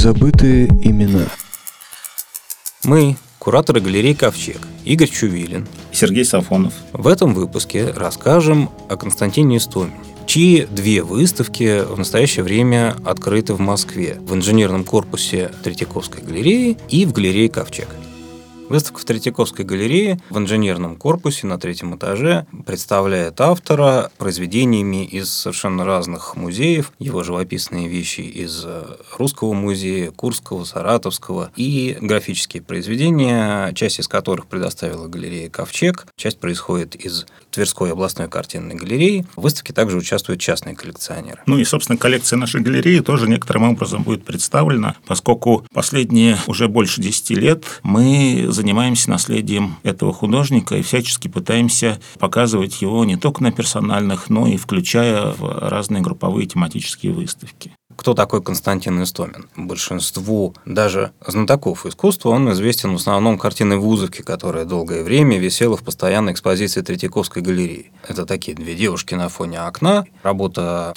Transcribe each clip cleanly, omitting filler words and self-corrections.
Забытые имена. Мы, кураторы галереи «Ковчег» Игорь Чувилин, Сергей Сафонов. В этом выпуске расскажем о Константине Истомине, чьи две выставки в настоящее время открыты в Москве: в инженерном корпусе Третьяковской галереи и в галерее «Ковчег». Выставка в Третьяковской галерее в инженерном корпусе на 3-м этаже представляет автора произведениями из совершенно разных музеев, его живописные вещи из Русского музея, Курского, Саратовского и графические произведения, часть из которых предоставила галерея «Ковчег», часть происходит из Тверской областной картинной галереи. В выставке также участвуют частные коллекционеры. Ну и, собственно, коллекция нашей галереи тоже некоторым образом будет представлена, поскольку последние уже больше 10 лет мы занимаемся наследием этого художника и всячески пытаемся показывать его не только на персональных, но и включая в разные групповые тематические выставки. Кто такой Константин Истомин? Большинству даже знатоков искусства он известен в основном картиной «Вузовки», которая долгое время висела в постоянной экспозиции Третьяковской галереи. Это такие две девушки на фоне окна. Работа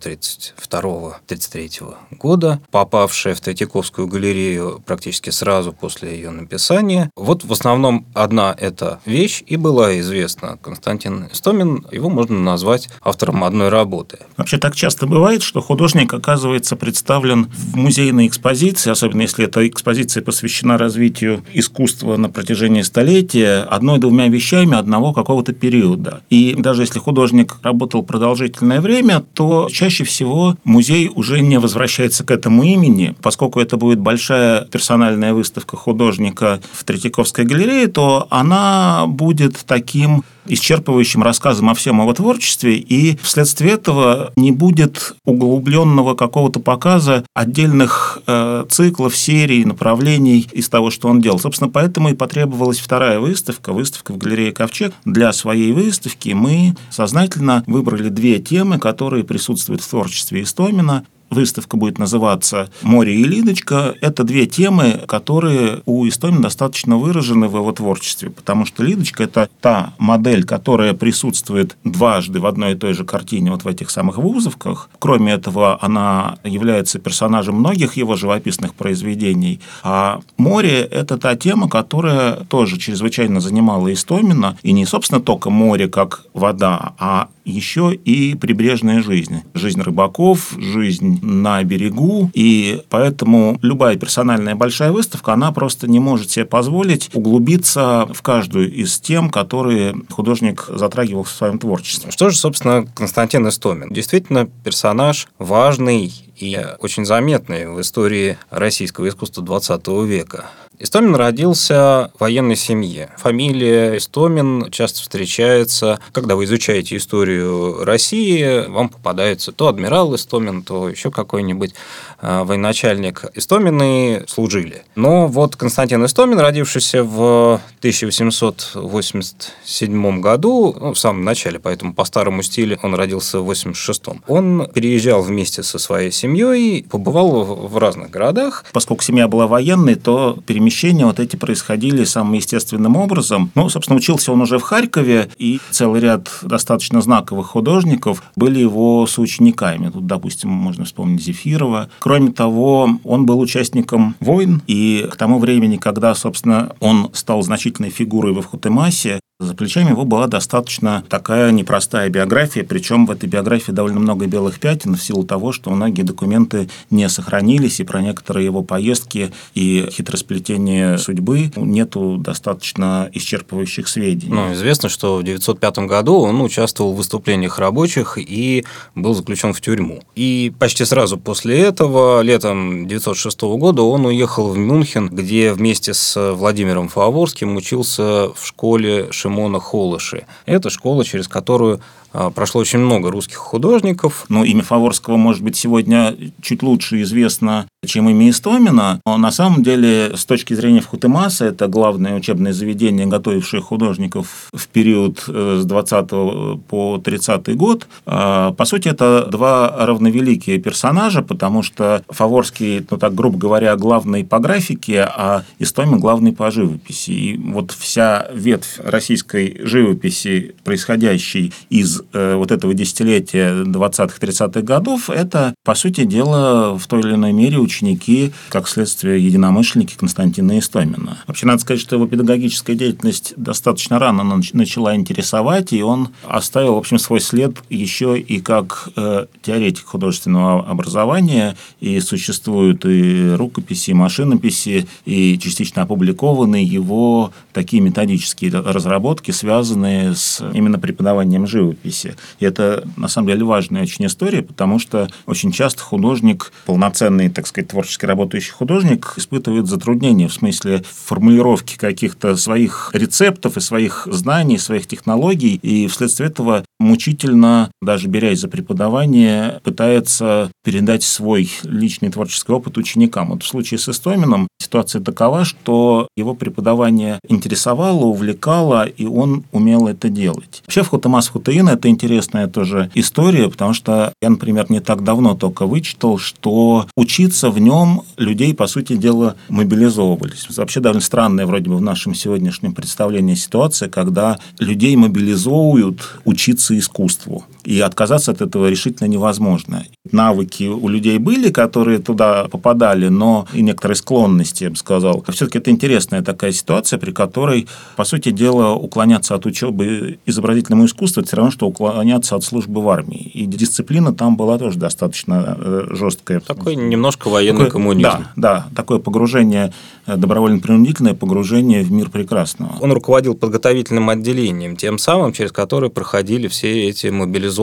1932-33 года, попавшая в Третьяковскую галерею практически сразу после ее написания. Вот в основном одна эта вещь и была известна. Константин Истомин, его можно назвать автором одной работы. Вообще так часто бывает, что художник оказывается представлен в музейной экспозиции, особенно если эта экспозиция посвящена развитию искусства на протяжении столетия, одной-двумя вещами одного какого-то периода. И даже если художник работал продолжительное время, то чаще всего музей уже не возвращается к этому имени, поскольку это будет большая персональная выставка художника в Третьяковской галерее, то она будет таким исчерпывающим рассказом о всем его творчестве, и вследствие этого не будет углубленного какого-то показа отдельных циклов, серий, направлений из того, что он делал. Собственно, поэтому и потребовалась вторая выставка в галерее «Ковчег». Для своей выставки мы сознательно выбрали две темы, которые присутствуют в творчестве Истомина. Выставка будет называться «Море и Лидочка». Это две темы, которые у Истомина достаточно выражены в его творчестве, потому что Лидочка – это та модель, которая присутствует дважды в одной и той же картине, вот в этих самых «Вузовках». Кроме этого, она является персонажем многих его живописных произведений. А море – это та тема, которая тоже чрезвычайно занимала Истомина. И не, собственно, только море как вода, а еще и прибрежная жизнь. Жизнь рыбаков, жизнь на берегу. И поэтому любая персональная большая выставка, она просто не может себе позволить углубиться в каждую из тем, которые художник затрагивал в своем творчестве. Что же, собственно, Константин Истомин? Действительно, персонаж важный и очень заметный в истории российского искусства XX века. Истомин родился в военной семье. Фамилия Истомин часто встречается, когда вы изучаете историю России, вам попадается то адмирал Истомин, то еще какой-нибудь военачальник. Истомины служили. Но вот Константин Истомин, родившийся в 1887 году, в самом начале, поэтому по старому стилю он родился в 86-м, он переезжал вместе со своей семьей, побывал в разных городах. Поскольку семья была военной, то перемещения вот эти происходили самым естественным образом. Ну, собственно, учился он уже в Харькове, и целый ряд достаточно знаковых художников были его соучениками. Тут, допустим, можно вспомнить Зефирова. Кроме того, он был участником войн, и к тому времени, когда, собственно, он стал значительной фигурой в Ахутемасе, за плечами его была достаточно такая непростая биография, причем в этой биографии довольно много белых пятен в силу того, что многие документы не сохранились, и про некоторые его поездки и хитросплетения судьбы нету достаточно исчерпывающих сведений. Известно, что в 1905 году он участвовал в выступлениях рабочих и был заключен в тюрьму. И почти сразу после этого, летом 1906 года, он уехал в Мюнхен, где вместе с Владимиром Фаворским учился в школе Шимона Холыши. Это школа, через которую прошло очень много русских художников. Имя Фаворского, может быть, сегодня чуть лучше известно, чем имя Истомина, но на самом деле, с точки зрения Ахутемаса, это главное учебное заведение, готовившее художников в период с 20 по 30 год. По сути, это два равновеликие персонажа, потому что Фаворский, так грубо говоря, главный по графике, а Истомин главный по живописи. И вот вся ветвь российской живописи, происходящей из вот этого десятилетия 20-30-х годов, это, по сути дела, в той или иной мере ученики, как следствие, единомышленники Константина Истомина. Вообще, надо сказать, что его педагогическая деятельность достаточно рано начала интересовать, и он оставил, в общем, свой след еще и как теоретик художественного образования, и существуют и рукописи, и машинописи, и частично опубликованные его такие методические разработки, связанные с именно преподаванием живописи. И это, на самом деле, важная очень история, потому что очень часто художник, полноценный, так сказать, творчески работающий художник, испытывает затруднения в смысле формулировки каких-то своих рецептов и своих знаний, своих технологий, и вследствие этого мучительно, даже берясь за преподавание, пытается передать свой личный творческий опыт ученикам. Вот в случае с Истоминым ситуация такова, что его преподавание интересовало, увлекало, и он умел это делать. Вообще, Вхутемас Фхутеин – это интересная тоже история, потому что я, например, не так давно только вычитал, что учиться в нем людей, по сути дела, мобилизовывались. Вообще довольно странная вроде бы в нашем сегодняшнем представлении ситуация, когда людей мобилизовывают учиться искусству. И отказаться от этого решительно невозможно. Навыки у людей были, которые туда попадали, но и некоторые склонности, я бы сказал. Все-таки это интересная такая ситуация, при которой, по сути дела, уклоняться от учебы изобразительному искусству – это все равно, что уклоняться от службы в армии. И дисциплина там была тоже достаточно жесткая. Такой немножко военный коммунизм. Да, такое погружение, добровольно-принудительное погружение в мир прекрасного. Он руководил подготовительным отделением, тем самым, через которое проходили все эти мобилизованные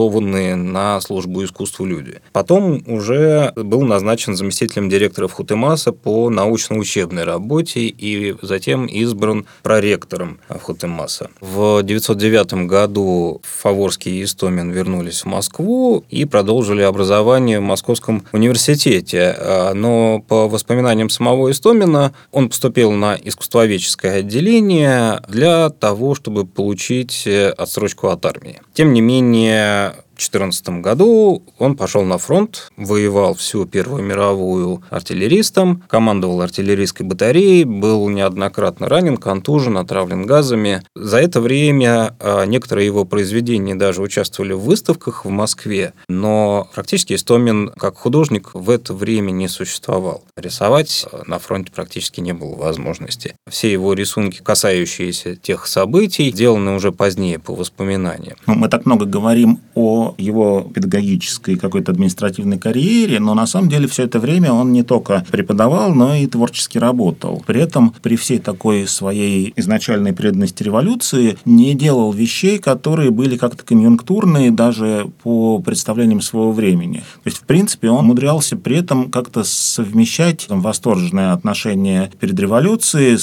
на службу искусству люди. Потом уже был назначен заместителем директора Вхутемаса по научно-учебной работе и затем избран проректором Вхутемаса. В 1909 году Фаворский и Истомин вернулись в Москву и продолжили образование в Московском университете. Но по воспоминаниям самого Истомина он поступил на искусствоведческое отделение для того, чтобы получить отсрочку от армии. Тем не менее, в 2014 году он пошел на фронт, воевал всю Первую мировую артиллеристом, командовал артиллерийской батареей, был неоднократно ранен, контужен, отравлен газами. За это время некоторые его произведения даже участвовали в выставках в Москве, но практически Истомин как художник в это время не существовал. Рисовать на фронте практически не было возможности. Все его рисунки, касающиеся тех событий, сделаны уже позднее по воспоминаниям. Мы так много говорим о его педагогической какой-то административной карьере, но на самом деле все это время он не только преподавал, но и творчески работал. При этом при всей такой своей изначальной преданности революции не делал вещей, которые были как-то конъюнктурные даже по представлениям своего времени. То есть, в принципе, он умудрялся при этом как-то совмещать восторженное отношение перед революцией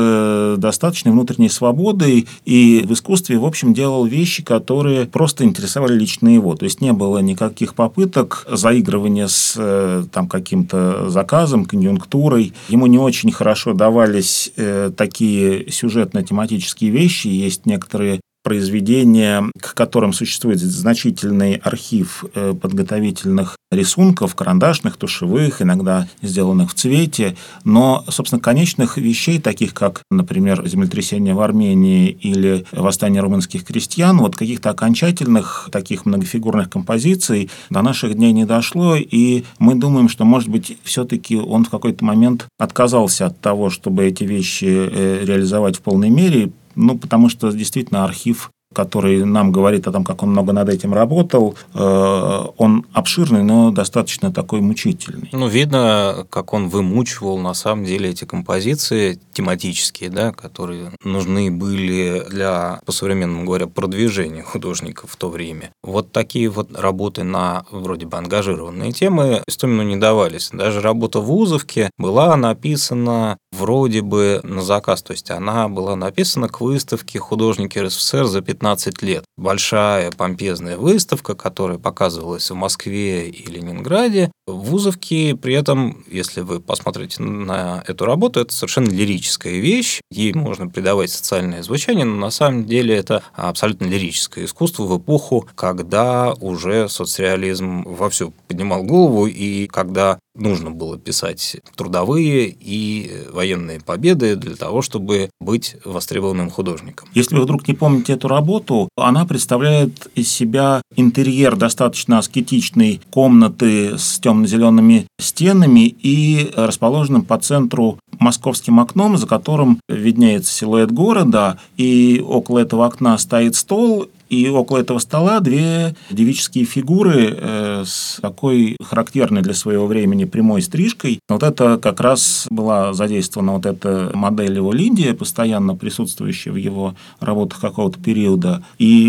с достаточной внутренней свободой, и в искусстве, в общем, делал вещи, которые просто интересовали лично его. То есть не было никаких попыток заигрывания с каким-то заказом, конъюнктурой. Ему не очень хорошо давались такие сюжетно-тематические вещи. Есть некоторые произведения, к которым существует значительный архив подготовительных рисунков, карандашных, тушевых, иногда сделанных в цвете, но, собственно, конечных вещей, таких как, например, землетрясение в Армении или восстание румынских крестьян, вот каких-то окончательных таких многофигурных композиций до наших дней не дошло, и мы думаем, что, может быть, все-таки он в какой-то момент отказался от того, чтобы эти вещи реализовать в полной мере, потому что действительно архив, который нам говорит о том, как он много над этим работал, он обширный, но достаточно такой мучительный. Видно, как он вымучивал на самом деле эти композиции тематические, да, которые нужны были для, по-современному говоря, продвижения художников в то время. Вот такие вот работы на вроде бы ангажированные темы Истомину не давались. Даже работа в Вузовке была написана вроде бы на заказ, то есть она была написана к выставке «Художники РСФСР за 15 лет». Большая помпезная выставка, которая показывалась в Москве и Ленинграде. В Вузовке при этом, если вы посмотрите на эту работу, это совершенно лирическая вещь. Ей можно придавать социальное звучание, но на самом деле это абсолютно лирическое искусство в эпоху, когда уже соцреализм вовсю поднимал голову, и когда нужно было писать трудовые и военные победы для того, чтобы быть востребованным художником. Если вы вдруг не помните эту работу, она представляет из себя интерьер достаточно аскетичной комнаты с темно-зелеными стенами и расположенным по центру московским окном, за которым виднеется силуэт города, и около этого окна стоит стол, и около этого стола две девические фигуры с такой характерной для своего времени прямой стрижкой. Вот это как раз была задействована вот эта модель его Лидия, постоянно присутствующая в его работах какого-то периода.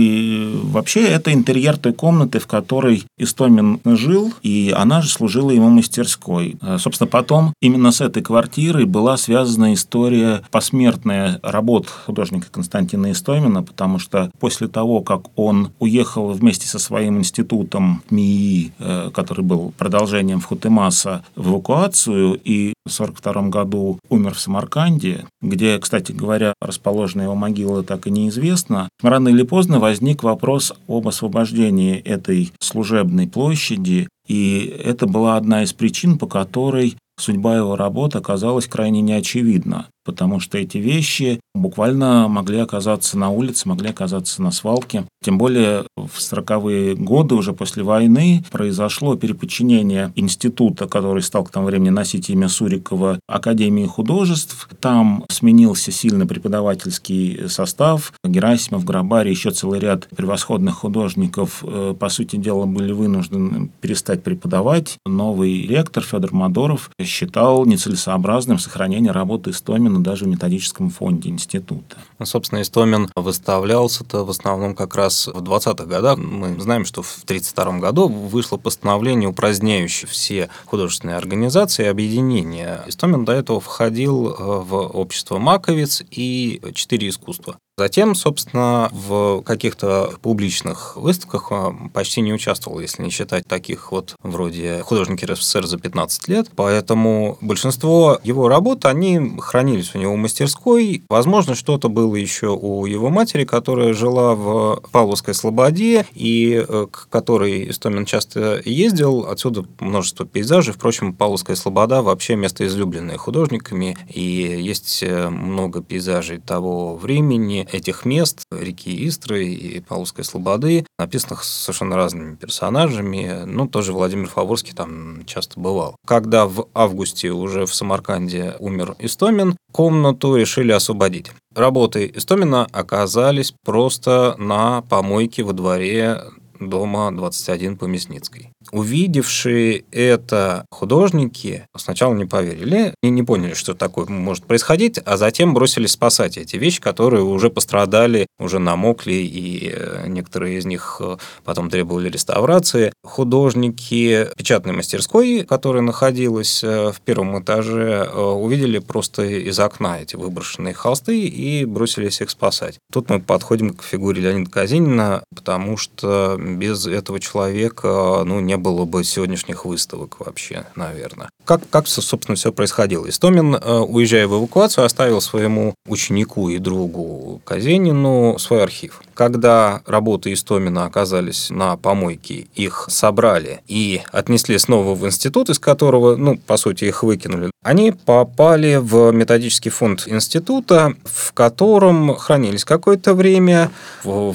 И вообще это интерьер той комнаты, в которой Истомин жил, и она же служила ему мастерской. Собственно, потом именно с этой квартирой была связана история посмертная работ художника Константина Истомина, потому что после того, как он уехал вместе со своим институтом МИИ, который был продолжением Вхутемаса, в эвакуацию, и в 1942 году умер в Самарканде, где, кстати говоря, расположена его могила, так и неизвестно, рано или поздно возник вопрос об освобождении этой служебной площади, и это была одна из причин, по которой судьба его работы оказалась крайне неочевидна, потому что эти вещи буквально могли оказаться на улице, могли оказаться на свалке. Тем более в 40-е годы, уже после войны, произошло переподчинение института, который стал к тому времени носить имя Сурикова, Академии художеств. Там сменился сильно преподавательский состав. Герасимов, Грабарь, еще целый ряд превосходных художников, по сути дела, были вынуждены перестать преподавать. Новый ректор Федор Мадоров считал нецелесообразным сохранение работы Истомина даже в методическом фонде института. Собственно, Истомин выставлялся-то в основном как раз в 20-х годах. Мы знаем, что в 1932 году вышло постановление, упраздняющее все художественные организации и объединения. Истомин до этого входил в общество «Маковец» и «Четыре искусства». Затем, собственно, в каких-то публичных выставках почти не участвовал, если не считать таких вот вроде «Художники РСФСР за 15 лет». Поэтому большинство его работ, они хранились у него в мастерской. Возможно, что-то было еще у его матери, которая жила в Павловской Слободе и к которой Истомин часто ездил. Отсюда множество пейзажей. Впрочем, Павловская Слобода вообще место излюбленное художниками. И есть много пейзажей того времени, этих мест, реки Истры и Павловской Слободы, написанных совершенно разными персонажами. Ну, тоже Владимир Фаворский там часто бывал. Когда в августе уже в Самарканде умер Истомин, комнату решили освободить. Работы Истомина оказались просто на помойке во дворе дома 21 по Мясницкой. Увидевшие это художники сначала не поверили и не поняли, что такое может происходить, а затем бросились спасать эти вещи, которые уже пострадали, уже намокли, и некоторые из них потом требовали реставрации. Художники печатной мастерской, которая находилась в первом этаже, увидели просто из окна эти выброшенные холсты и бросились их спасать. Тут мы подходим к фигуре Леонида Казинина, потому что без этого человека, не было бы сегодняшних выставок вообще, наверное. Как собственно, все происходило? Истомин, уезжая в эвакуацию, оставил своему ученику и другу Казенину свой архив. Когда работы Истомина оказались на помойке, их собрали и отнесли снова в институт, из которого, по сути, их выкинули, они попали в методический фонд института, в котором хранились какое-то время. В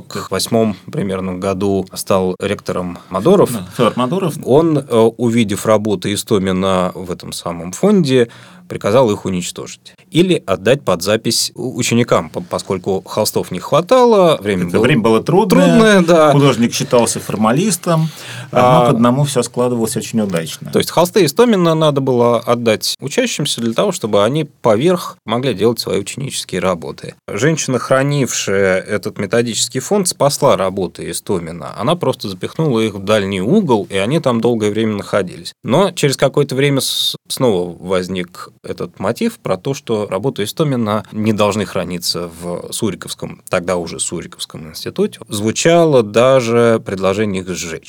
1948 примерно году стал ректором Мадоров. Федор Мадоров. Он, увидев работы Истомина в этом самом фонде, приказал их уничтожить. Или отдать под запись ученикам, поскольку холстов не хватало, время было трудное, да. Художник считался формалистом, одно к одному все складывалось очень удачно. То есть холсты Истомина надо было отдать учащимся для того, чтобы они поверх могли делать свои ученические работы. Женщина, хранившая этот методический фонд, спасла работы Истомина. Она просто запихнула их в дальний угол, и они там долгое время находились. Но через какое-то время снова возник этот мотив про то, что работы Истомина не должны храниться в Суриковском, тогда уже Суриковском институте. Звучало даже предложение их сжечь. На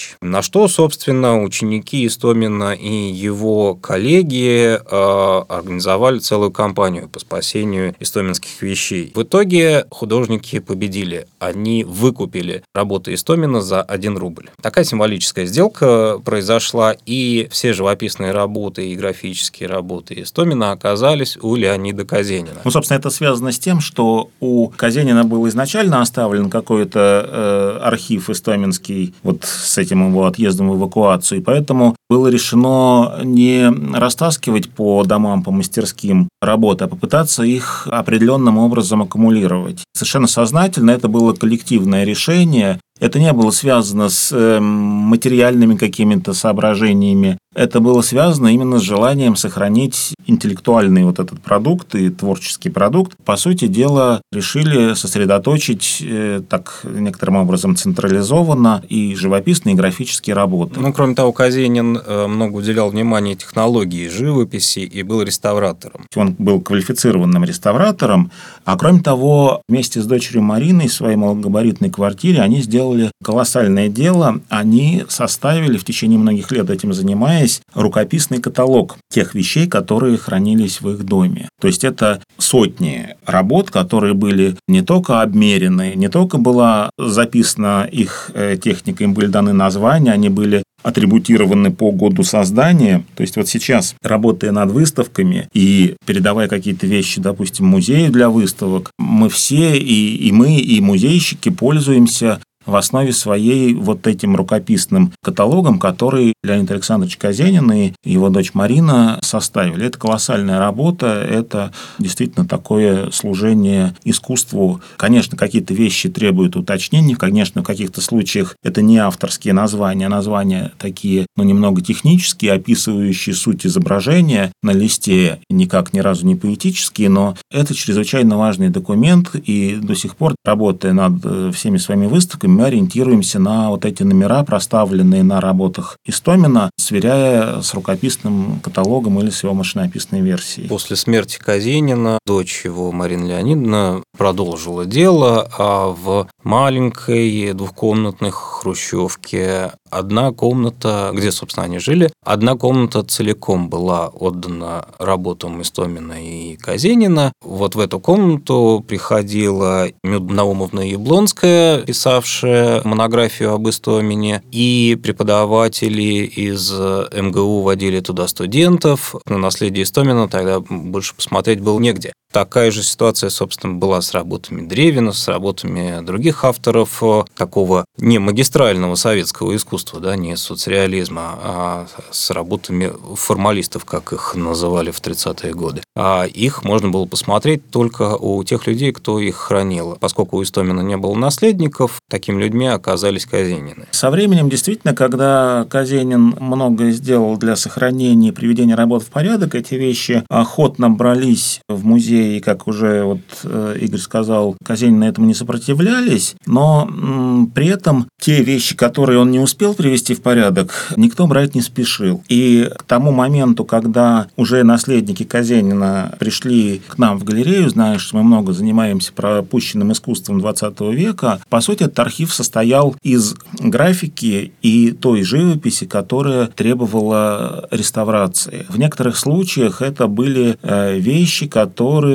что, собственно, ученики Истомина и его коллеги организовали целую кампанию по спасению истоминских вещей. В итоге художники победили. Они выкупили работы Истомина за 1 рубль. Такая символическая сделка произошла, и все живописные работы и графические работы Истомина оказались у Леонида Казенина. Ну, собственно, это связано с тем, что у Казенина был изначально оставлен какой-то архив истоминский вот с этим его отъездом в эвакуацию, и поэтому было решено не растаскивать по домам, по мастерским работы, а попытаться их определенным образом аккумулировать. Совершенно сознательно это было коллективное решение. Это не было связано с материальными какими-то соображениями. Это было связано именно с желанием сохранить интеллектуальный вот этот продукт и творческий продукт. По сути дела, решили сосредоточить так некоторым образом централизованно и живописные, и графические работы. Ну, кроме того, Казенин много уделял внимания технологии живописи и был реставратором. Он был квалифицированным реставратором, а кроме того, вместе с дочерью Мариной в своей малогабаритной квартире они сделали колоссальное дело. Они составили, в течение многих лет этим занимаясь, рукописный каталог тех вещей, которые хранились в их доме. То есть это сотни работ, которые были не только обмерены, не только была записана их техника, им были даны названия, они были атрибутированы по году создания. То есть вот сейчас, работая над выставками и передавая какие-то вещи, допустим, музею для выставок, мы все, и мы, и музейщики пользуемся в основе своей вот этим рукописным каталогом, который Леонид Александрович Казенин и его дочь Марина составили. Это колоссальная работа, это действительно такое служение искусству. Конечно, какие-то вещи требуют уточнений, конечно, в каких-то случаях это не авторские названия, а названия такие, немного технические, описывающие суть изображения на листе, никак ни разу не поэтические, но это чрезвычайно важный документ, и до сих пор, работая над всеми своими выставками, мы ориентируемся на вот эти номера, проставленные на работах Истомина, сверяя с рукописным каталогом или с его машинописной версией. После смерти Казенина дочь его, Марина Леонидовна, продолжила дело, а в маленькой двухкомнатной хрущевке одна комната, где, собственно, они жили, одна комната целиком была отдана работам Истомина и Казенина. Вот в эту комнату приходила Мюда Наумовна Яблонская, писавшая монографию об Истомине, и преподаватели из МГУ водили туда студентов. На наследие Истомина тогда больше посмотреть было негде. Такая же ситуация, собственно, была с работами Древина, с работами других авторов такого не магистрального советского искусства, да, не соцреализма, а с работами формалистов, как их называли в 30-е годы. А их можно было посмотреть только у тех людей, кто их хранил. Поскольку у Истомина не было наследников, такими людьми оказались Казенины. Со временем, действительно, когда Казенин многое сделал для сохранения и приведения работ в порядок, эти вещи охотно брались в музей, и, как уже Игорь сказал, Казенины этому не сопротивлялись, но при этом те вещи, которые он не успел привести в порядок, никто брать не спешил. И к тому моменту, когда уже наследники Казенина пришли к нам в галерею, зная, что мы много занимаемся пропущенным искусством XX века, по сути, этот архив состоял из графики и той живописи, которая требовала реставрации. В некоторых случаях это были вещи, которые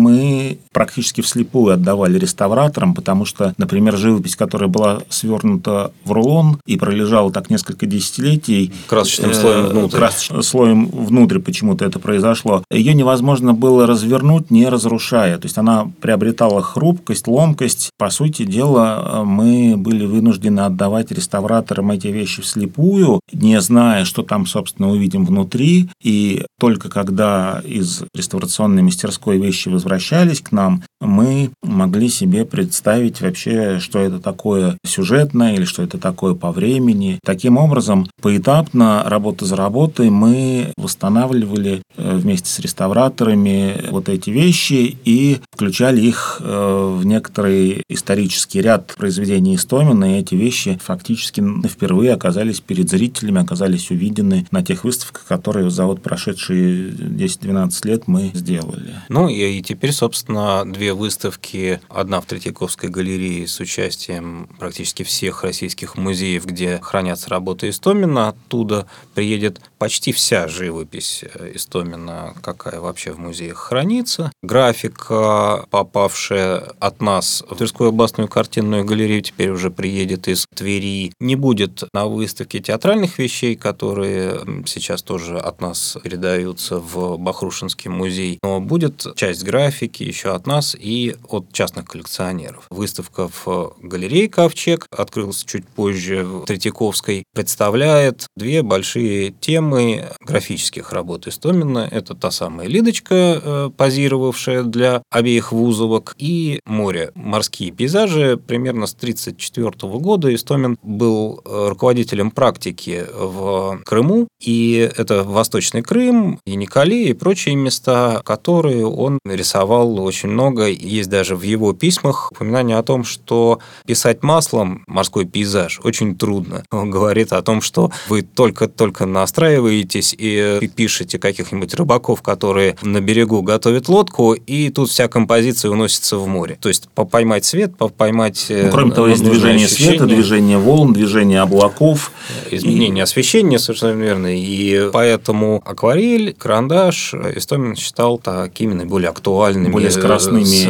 мы практически вслепую отдавали реставраторам, потому что, например, живопись, которая была свернута в рулон и пролежала так несколько десятилетий, красочным слоем внутрь. Красочным слоем внутрь почему-то это произошло. Ее невозможно было развернуть, не разрушая. То есть она приобретала хрупкость, ломкость. По сути дела, мы были вынуждены отдавать реставраторам эти вещи вслепую, не зная, что там, собственно, увидим внутри. И только когда из реставрационной мастерской вещи возвращались к нам, мы могли себе представить вообще, что это такое сюжетное или что это такое по времени. Таким образом, поэтапно, работа за работой, мы восстанавливали вместе с реставраторами вот эти вещи и включали их в некоторый исторический ряд произведений Истомина, и эти вещи фактически впервые оказались перед зрителями, оказались увидены на тех выставках, которые за вот прошедшие 10-12 лет мы сделали. Ну и теперь, собственно, две выставки. Одна в Третьяковской галерее с участием практически всех российских музеев, где хранятся работы Истомина. Оттуда приедет почти вся живопись Истомина, какая вообще в музеях хранится. Графика, попавшая от нас в Тверскую областную картинную галерею, теперь уже приедет из Твери. Не будет на выставке театральных вещей, которые сейчас тоже от нас передаются в Бахрушинский музей, но будет часть графики еще от нас и от частных коллекционеров. Выставка в галерее «Ковчег» открылась чуть позже в Третьяковской, представляет две большие темы графических работ Истомина. Это та самая Лидочка, позировавшая для обеих вузовок, и море. Морские пейзажи. Примерно с 1934 года Истомин был руководителем практики в Крыму, и это Восточный Крым, Яникале и прочие места, которые он рисовал очень много. Есть даже в его письмах упоминание о том, что писать маслом морской пейзаж очень трудно. Он говорит о том, что вы только настраиваетесь и пишете каких-нибудь рыбаков, которые на берегу готовят лодку, и тут вся композиция уносится в море. То есть поймать свет, поймать... кроме того, есть движение света, движение волн, движение облаков. Изменение освещения, совершенно верно. И поэтому акварель, карандаш Истомин считал такими наиболее актуальными, более скоростными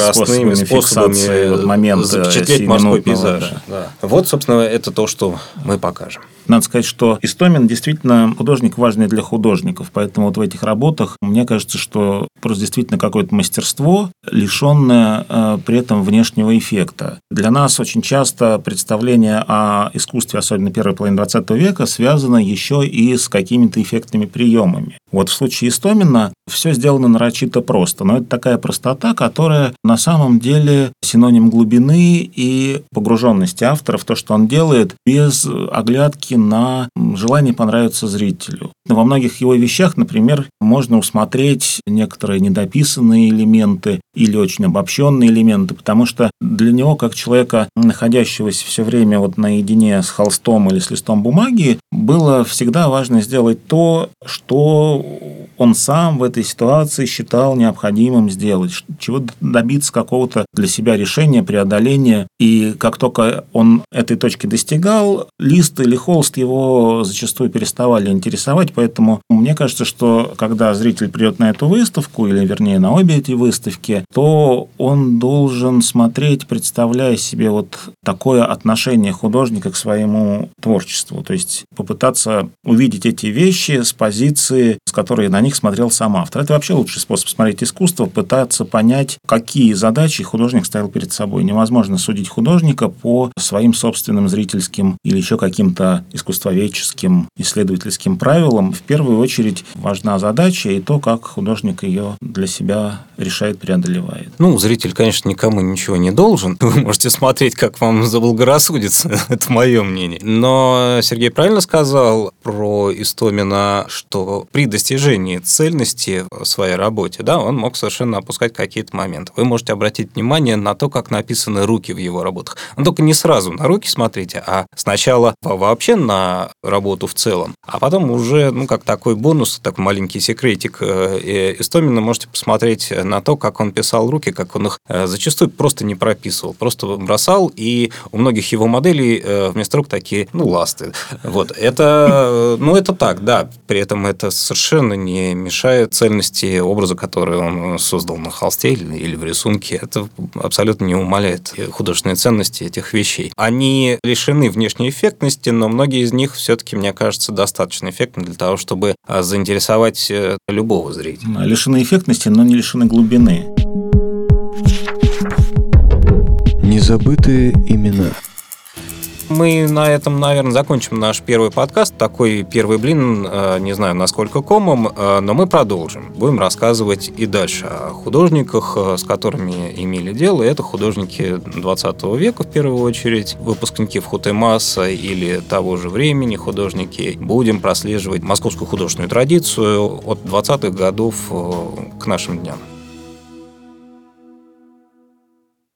способами запечатлеть морской пейзаж. Да. Вот, собственно, это то, что мы покажем. Надо сказать, что Истомин действительно художник важный для художников, поэтому вот в этих работах мне кажется, что просто действительно какое-то мастерство, лишенное при этом внешнего эффекта. Для нас очень часто представление о искусстве, особенно первой половины XX века, связано еще и с какими-то эффектными приемами. Вот в случае Истомина все сделано нарочито просто, но это такая простота, которая на самом деле синоним глубины и погруженности автора в то, что он делает, без оглядки на желание понравиться зрителю. Во многих его вещах, например, можно усмотреть некоторые недописанные элементы или очень обобщенные элементы, потому что для него, как человека, находящегося все время вот наедине с холстом или с листом бумаги, было всегда важно сделать то, что он сам в этой ситуации считал необходимым сделать, чего добиться какого-то для себя решения, преодоления. И как только он этой точки достигал, лист или холст его зачастую переставали интересовать. Поэтому мне кажется, что когда зритель придет на эту выставку, или вернее на обе эти выставки, то он должен смотреть, представляя себе вот такое отношение художника к своему творчеству. То есть попытаться увидеть эти вещи с позиции, с которой на них смотрел сам автор. Это вообще лучший способ смотреть искусство, пытаться понять, какие задачи художник ставил перед собой. Невозможно судить художника по своим собственным зрительским или еще каким-то искусствоведческим, исследовательским правилам. В первую очередь важна задача и то, как художник ее для себя решает, преодолевает. Ну, зритель, конечно, никому ничего не должен. Вы можете смотреть, как вам заблагорассудится. Это мое мнение. Но Сергей правильно сказал про Истомина, что при достижении цельности в своей работе, да, он мог совершенно опускать какие-то моменты. Вы можете обратить внимание на то, как написаны руки в его работах. Но только не сразу на руки смотрите, а сначала вообще на работу в целом, а потом уже, как такой бонус, такой маленький секретик Истомина, можете посмотреть на то, как он писал руки, как он их зачастую просто не прописывал, просто бросал, и у многих его моделей вместо рук такие, ласты. Вот, это так, да, при этом это совершенно не мешает цельности образа, который он создал на холсте или в рисунке. Это абсолютно не умаляет художественной ценности этих вещей. Они лишены внешней эффектности, но многие из них все-таки, мне кажется, достаточно эффектны для того, чтобы заинтересовать любого зрителя. Лишены эффектности, но не лишены глубины. Незабытые имена. Мы на этом, наверное, закончим наш первый подкаст. Такой первый блин, не знаю, насколько комом, но мы продолжим. Будем рассказывать и дальше о художниках, с которыми имели дело. Это художники 20 века, в первую очередь, выпускники ВХУТЭМАСа или того же времени художники. Будем прослеживать московскую художественную традицию от 20-х годов к нашим дням.